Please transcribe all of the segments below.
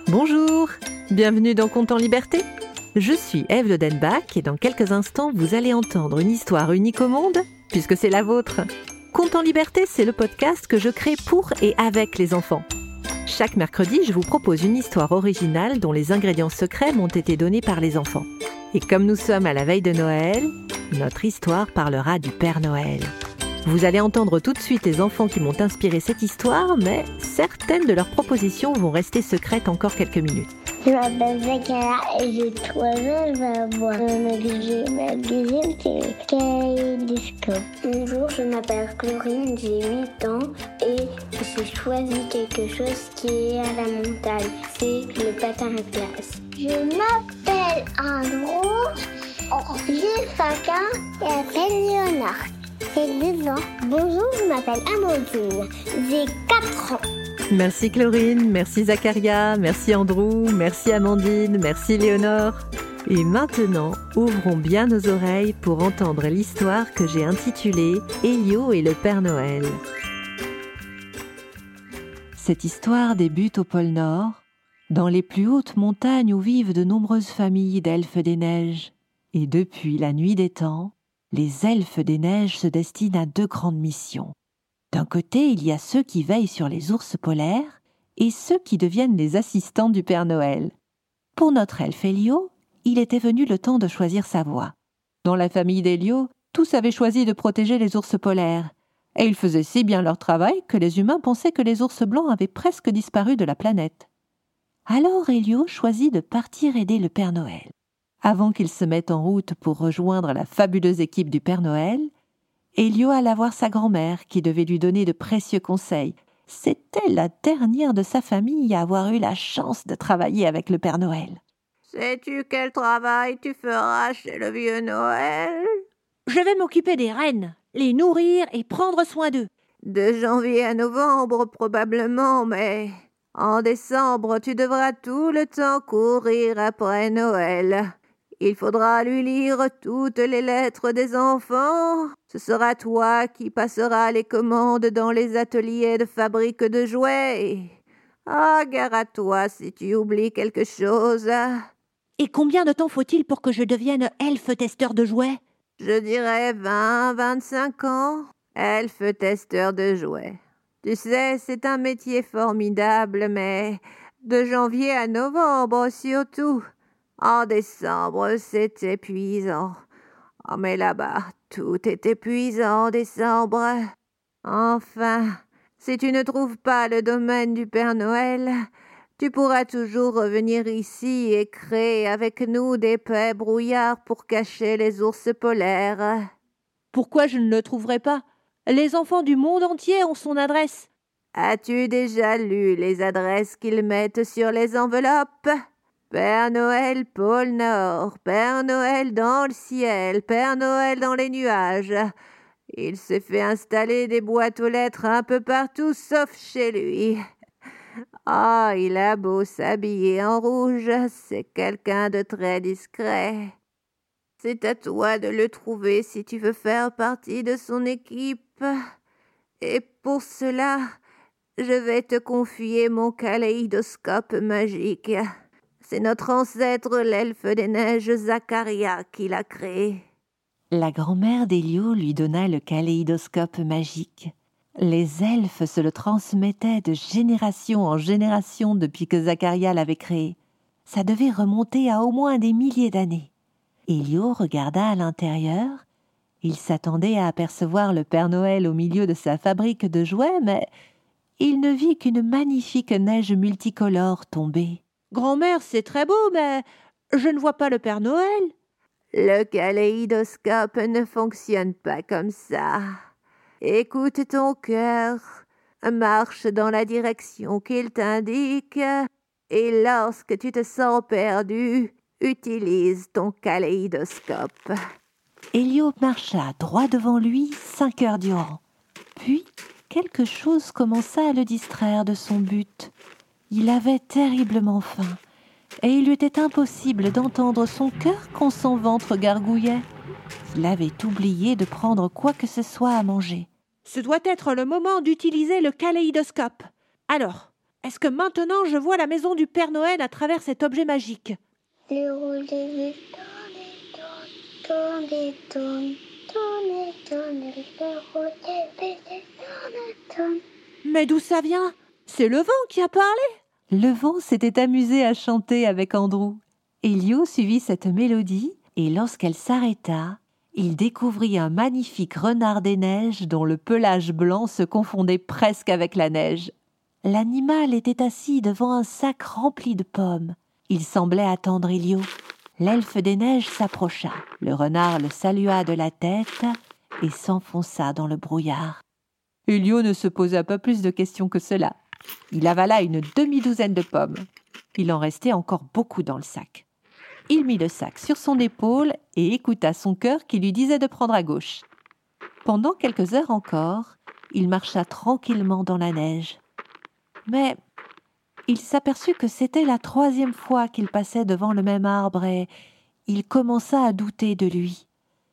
Bonjour, bienvenue dans Contes en Liberté. Je suis Ève Le Denbach et dans quelques instants, vous allez entendre une histoire unique au monde, puisque c'est la vôtre. Contes en Liberté, c'est le podcast que je crée pour et avec les enfants. Chaque mercredi, je vous propose une histoire originale dont les ingrédients secrets m'ont été donnés par les enfants. Et comme nous sommes à la veille de Noël, notre histoire parlera du Père Noël. Vous allez entendre tout de suite les enfants qui m'ont inspiré cette histoire, mais certaines de leurs propositions vont rester secrètes encore quelques minutes. Je m'appelle Zakaria et j'ai 3 ans. Je vais avoir un objet magazine, c'est le kaléidoscope. Bonjour, je m'appelle Chlorine, j'ai 8 ans et j'ai choisi quelque chose qui est à la montagne. C'est le patin à glace. Je m'appelle Andrew, j'ai 5 ans et je m'appelle Léonard. J'ai 2 ans. Bonjour, je m'appelle Amandine, j'ai 4 ans. Merci Chlorine, merci Zakaria, merci Andrew, merci Amandine, merci Léonore. Et maintenant, ouvrons bien nos oreilles pour entendre l'histoire que j'ai intitulée « Elio et le Père Noël ». Cette histoire débute au pôle Nord, dans les plus hautes montagnes où vivent de nombreuses familles d'elfes des neiges. Et depuis la nuit des temps, les elfes des neiges se destinent à 2 grandes missions. D'un côté, il y a ceux qui veillent sur les ours polaires et ceux qui deviennent les assistants du Père Noël. Pour notre elfe Elio, il était venu le temps de choisir sa voie. Dans la famille d'Elio, tous avaient choisi de protéger les ours polaires. Et ils faisaient si bien leur travail que les humains pensaient que les ours blancs avaient presque disparu de la planète. Alors Elio choisit de partir aider le Père Noël. Avant qu'il se mette en route pour rejoindre la fabuleuse équipe du Père Noël, Elio alla voir sa grand-mère qui devait lui donner de précieux conseils. C'était la dernière de sa famille à avoir eu la chance de travailler avec le Père Noël. « Sais-tu quel travail tu feras chez le vieux Noël ?»« Je vais m'occuper des rennes, les nourrir et prendre soin d'eux. » »« De janvier à novembre probablement, mais en décembre tu devras tout le temps courir après Noël. » Il faudra lui lire toutes les lettres des enfants. Ce sera toi qui passeras les commandes dans les ateliers de fabrique de jouets. Gare à toi si tu oublies quelque chose. Et combien de temps faut-il pour que je devienne elfe testeur de jouets ? Je dirais 20-25 ans. Elfe testeur de jouets. Tu sais, c'est un métier formidable, mais de janvier à novembre surtout. En décembre, c'est épuisant. Mais là-bas, tout est épuisant en décembre. Enfin, si tu ne trouves pas le domaine du Père Noël, tu pourras toujours revenir ici et créer avec nous des épais brouillards pour cacher les ours polaires. Pourquoi je ne le trouverai pas ? Les enfants du monde entier ont son adresse. As-tu déjà lu les adresses qu'ils mettent sur les enveloppes ? Père Noël, pôle Nord, Père Noël dans le ciel, Père Noël dans les nuages. Il s'est fait installer des boîtes aux lettres un peu partout, sauf chez lui. Il a beau s'habiller en rouge, c'est quelqu'un de très discret. C'est à toi de le trouver si tu veux faire partie de son équipe. Et pour cela, je vais te confier mon kaléidoscope magique. C'est notre ancêtre, l'elfe des neiges Zakaria, qui l'a créé. La grand-mère d'Elio lui donna le kaléidoscope magique. Les elfes se le transmettaient de génération en génération depuis que Zakaria l'avait créé. Ça devait remonter à au moins des milliers d'années. Elio regarda à l'intérieur. Il s'attendait à apercevoir le Père Noël au milieu de sa fabrique de jouets, mais il ne vit qu'une magnifique neige multicolore tomber. « Grand-mère, c'est très beau, mais je ne vois pas le Père Noël. » Le kaléidoscope ne fonctionne pas comme ça. Écoute ton cœur, marche dans la direction qu'il t'indique, et lorsque tu te sens perdu, utilise ton kaléidoscope. Elio marcha droit devant lui 5 heures durant. Puis, quelque chose commença à le distraire de son but. Il avait terriblement faim, et il lui était impossible d'entendre son cœur quand son ventre gargouillait. Il avait oublié de prendre quoi que ce soit à manger. Ce doit être le moment d'utiliser le kaléidoscope. Alors, Est-ce que maintenant je vois la maison du Père Noël à travers cet objet magique? Les roues des tourne et tourne, les roues tourne. Mais d'où ça vient? C'est le vent qui a parlé? Le vent s'était amusé à chanter avec Andrew. Elio suivit cette mélodie et lorsqu'elle s'arrêta, il découvrit un magnifique renard des neiges dont le pelage blanc se confondait presque avec la neige. L'animal était assis devant un sac rempli de pommes. Il semblait attendre Elio. L'elfe des neiges s'approcha. Le renard le salua de la tête et s'enfonça dans le brouillard. Elio ne se posa pas plus de questions que cela. Il avala une demi-douzaine de pommes. Il en restait encore beaucoup dans le sac. Il mit le sac sur son épaule et écouta son cœur qui lui disait de prendre à gauche. Pendant quelques heures encore, il marcha tranquillement dans la neige. Mais il s'aperçut que c'était la 3e fois qu'il passait devant le même arbre et il commença à douter de lui.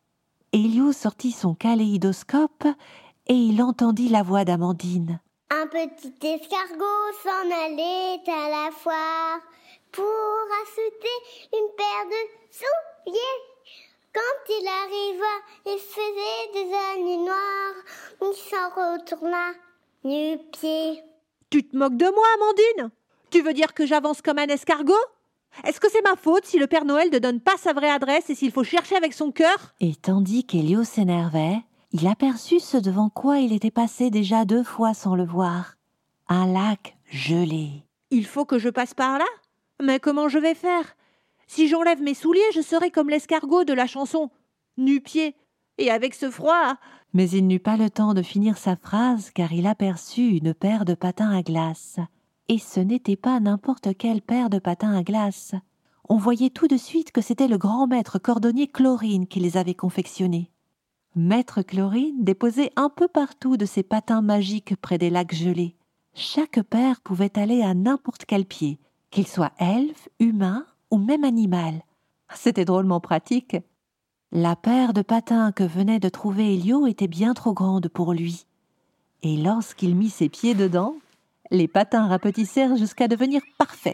Elio sortit son kaléidoscope et il entendit la voix d'Amandine. Un petit escargot s'en allait à la foire pour acheter une paire de souliers. Quand il arriva, il faisait des années noires. Il s'en retourna nu-pied. Tu te moques de moi, Amandine? Tu veux dire que j'avance comme un escargot? Est-ce que c'est ma faute si le Père Noël ne donne pas sa vraie adresse et s'il faut chercher avec son cœur? Et tandis qu'Elio s'énervait, il aperçut ce devant quoi il était passé déjà 2 fois sans le voir. Un lac gelé. Il faut que je passe par là? Mais comment je vais faire? Si j'enlève mes souliers, je serai comme l'escargot de la chanson, nu-pied, et avec ce froid. Mais il n'eut pas le temps de finir sa phrase car il aperçut une paire de patins à glace. Et ce n'était pas n'importe quelle paire de patins à glace. On voyait tout de suite que c'était le grand maître cordonnier Chlorine qui les avait confectionnés. Maître Chlorine déposait un peu partout de ses patins magiques près des lacs gelés. Chaque paire pouvait aller à n'importe quel pied, qu'il soit elfe, humain ou même animal. C'était drôlement pratique. La paire de patins que venait de trouver Elio était bien trop grande pour lui. Et lorsqu'il mit ses pieds dedans, les patins rapetissèrent jusqu'à devenir parfaits.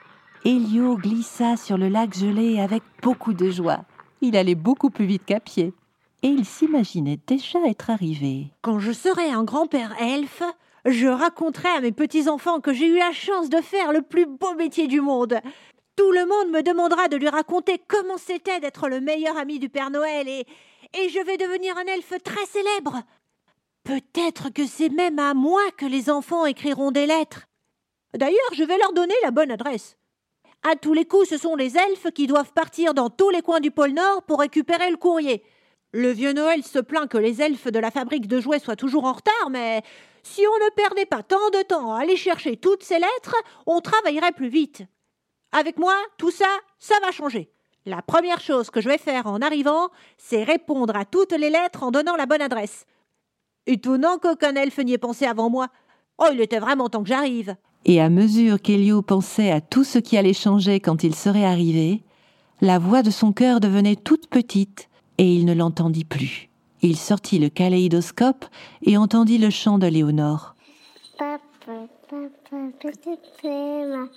Elio glissa sur le lac gelé avec beaucoup de joie. Il allait beaucoup plus vite qu'à pied. Et il s'imaginait déjà être arrivé. Quand je serai un grand-père elfe, je raconterai à mes petits-enfants que j'ai eu la chance de faire le plus beau métier du monde. Tout le monde me demandera de lui raconter comment c'était d'être le meilleur ami du Père Noël et je vais devenir un elfe très célèbre. Peut-être que c'est même à moi que les enfants écriront des lettres. D'ailleurs, je vais leur donner la bonne adresse. À tous les coups, ce sont les elfes qui doivent partir dans tous les coins du pôle Nord pour récupérer le courrier. Le vieux Noël se plaint que les elfes de la fabrique de jouets soient toujours en retard, mais si on ne perdait pas tant de temps à aller chercher toutes ces lettres, on travaillerait plus vite. Avec moi, tout ça, ça va changer. La première chose que je vais faire en arrivant, c'est répondre à toutes les lettres en donnant la bonne adresse. Étonnant qu'aucun elfe n'y ait pensé avant moi. Oh, il était vraiment temps que j'arrive. Et à mesure qu'Elio pensait à tout ce qui allait changer quand il serait arrivé, la voix de son cœur devenait toute petite et il ne l'entendit plus. Il sortit le kaléidoscope et entendit le chant de Léonore. Papa, petite femme,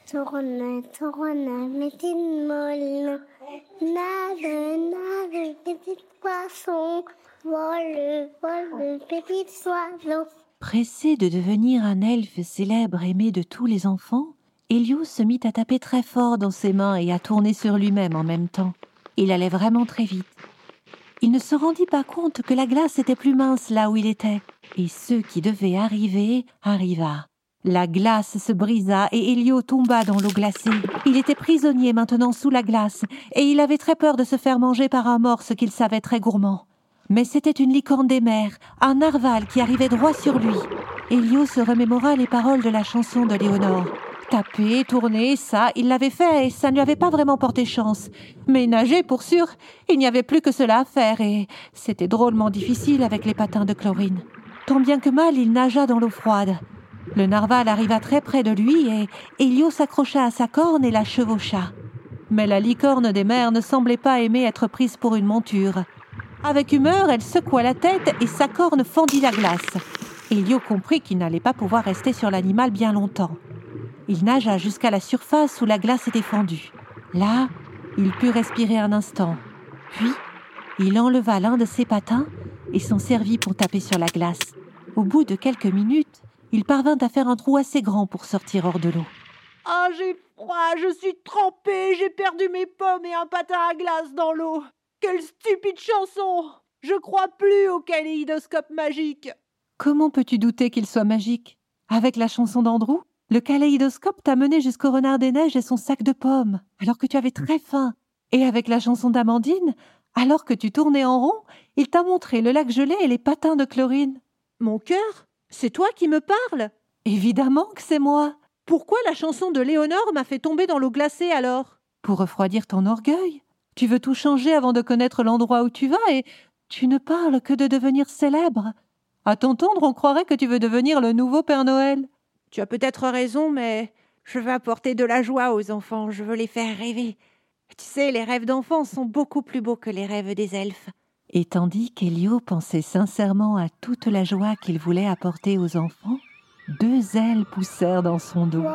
tourne, petite molle, nage, petit poisson, vole, petit oiseau. Pressé de devenir un elfe célèbre aimé de tous les enfants, Elio se mit à taper très fort dans ses mains et à tourner sur lui-même en même temps. Il allait vraiment très vite. Il ne se rendit pas compte que la glace était plus mince là où il était, et ce qui devait arriver arriva. La glace se brisa et Elio tomba dans l'eau glacée. Il était prisonnier maintenant sous la glace, et il avait très peur de se faire manger par un morse qu'il savait très gourmand. Mais c'était une licorne des mers, un narval qui arrivait droit sur lui. Elio se remémora les paroles de la chanson de Léonore. Taper, tourner, ça, il l'avait fait et ça ne lui avait pas vraiment porté chance. Mais nager, pour sûr, il n'y avait plus que cela à faire et c'était drôlement difficile avec les patins de Chlorine. Tant bien que mal, il nagea dans l'eau froide. Le narval arriva très près de lui et Elio s'accrocha à sa corne et la chevaucha. Mais la licorne des mers ne semblait pas aimer être prise pour une monture. Avec humeur, elle secoua la tête et sa corne fendit la glace. Elio comprit qu'il n'allait pas pouvoir rester sur l'animal bien longtemps. Il nagea jusqu'à la surface où la glace était fondue. Là, il put respirer un instant. Puis, il enleva l'un de ses patins et s'en servit pour taper sur la glace. Au bout de quelques minutes, il parvint à faire un trou assez grand pour sortir hors de l'eau. « Ah, j'ai froid, je suis trempée, j'ai perdu mes pommes et un patin à glace dans l'eau. Quelle stupide chanson! Je crois plus au kaléidoscope magique. » Comment peux-tu douter qu'il soit magique? Avec la chanson d'Andrew, le kaléidoscope t'a mené jusqu'au renard des neiges et son sac de pommes, alors que tu avais très faim. Et avec la chanson d'Amandine, alors que tu tournais en rond, il t'a montré le lac gelé et les patins de Chlorine. Mon cœur, c'est toi qui me parles? Évidemment que c'est moi. Pourquoi la chanson de Léonore m'a fait tomber dans l'eau glacée alors? Pour refroidir ton orgueil. Tu veux tout changer avant de connaître l'endroit où tu vas et tu ne parles que de devenir célèbre. À t'entendre, on croirait que tu veux devenir le nouveau Père Noël. Tu as peut-être raison, mais je veux apporter de la joie aux enfants, je veux les faire rêver. Tu sais, les rêves d'enfants sont beaucoup plus beaux que les rêves des elfes. Et tandis qu'Elio pensait sincèrement à toute la joie qu'il voulait apporter aux enfants, 2 ailes poussèrent dans son dos.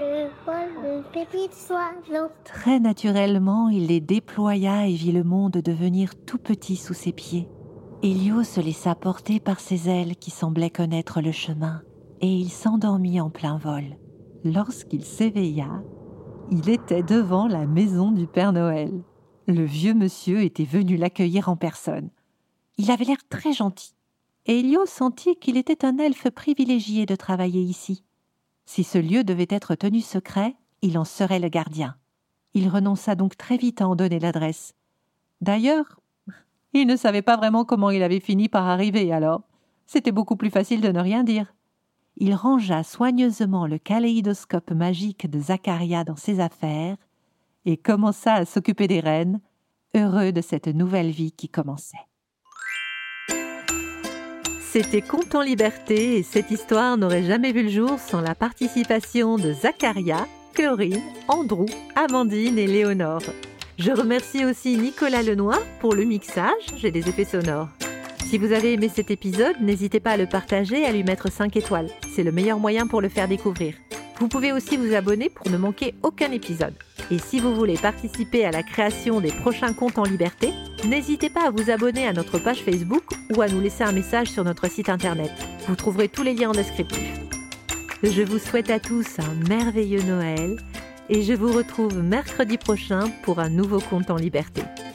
Très naturellement, il les déploya et vit le monde devenir tout petit sous ses pieds. Elio se laissa porter par ses ailes qui semblaient connaître le chemin, et il s'endormit en plein vol. Lorsqu'il s'éveilla, il était devant la maison du Père Noël. Le vieux monsieur était venu l'accueillir en personne. Il avait l'air très gentil. Et Elio sentit qu'il était un elfe privilégié de travailler ici. Si ce lieu devait être tenu secret, il en serait le gardien. Il renonça donc très vite à en donner l'adresse. D'ailleurs, il ne savait pas vraiment comment il avait fini par arriver alors. C'était beaucoup plus facile de ne rien dire. Il rangea soigneusement le kaléidoscope magique de Zacharia dans ses affaires et commença à s'occuper des rennes, heureux de cette nouvelle vie qui commençait. C'était Contes en liberté et cette histoire n'aurait jamais vu le jour sans la participation de Zacharia, Chlorine, Andrew, Amandine et Léonore. Je remercie aussi Nicolas Lenoir pour le mixage et les effets sonores. Si vous avez aimé cet épisode, n'hésitez pas à le partager et à lui mettre 5 étoiles. C'est le meilleur moyen pour le faire découvrir. Vous pouvez aussi vous abonner pour ne manquer aucun épisode. Et si vous voulez participer à la création des prochains Contes en liberté, n'hésitez pas à vous abonner à notre page Facebook ou à nous laisser un message sur notre site internet. Vous trouverez tous les liens en descriptif. Je vous souhaite à tous un merveilleux Noël et je vous retrouve mercredi prochain pour un nouveau Conte en liberté.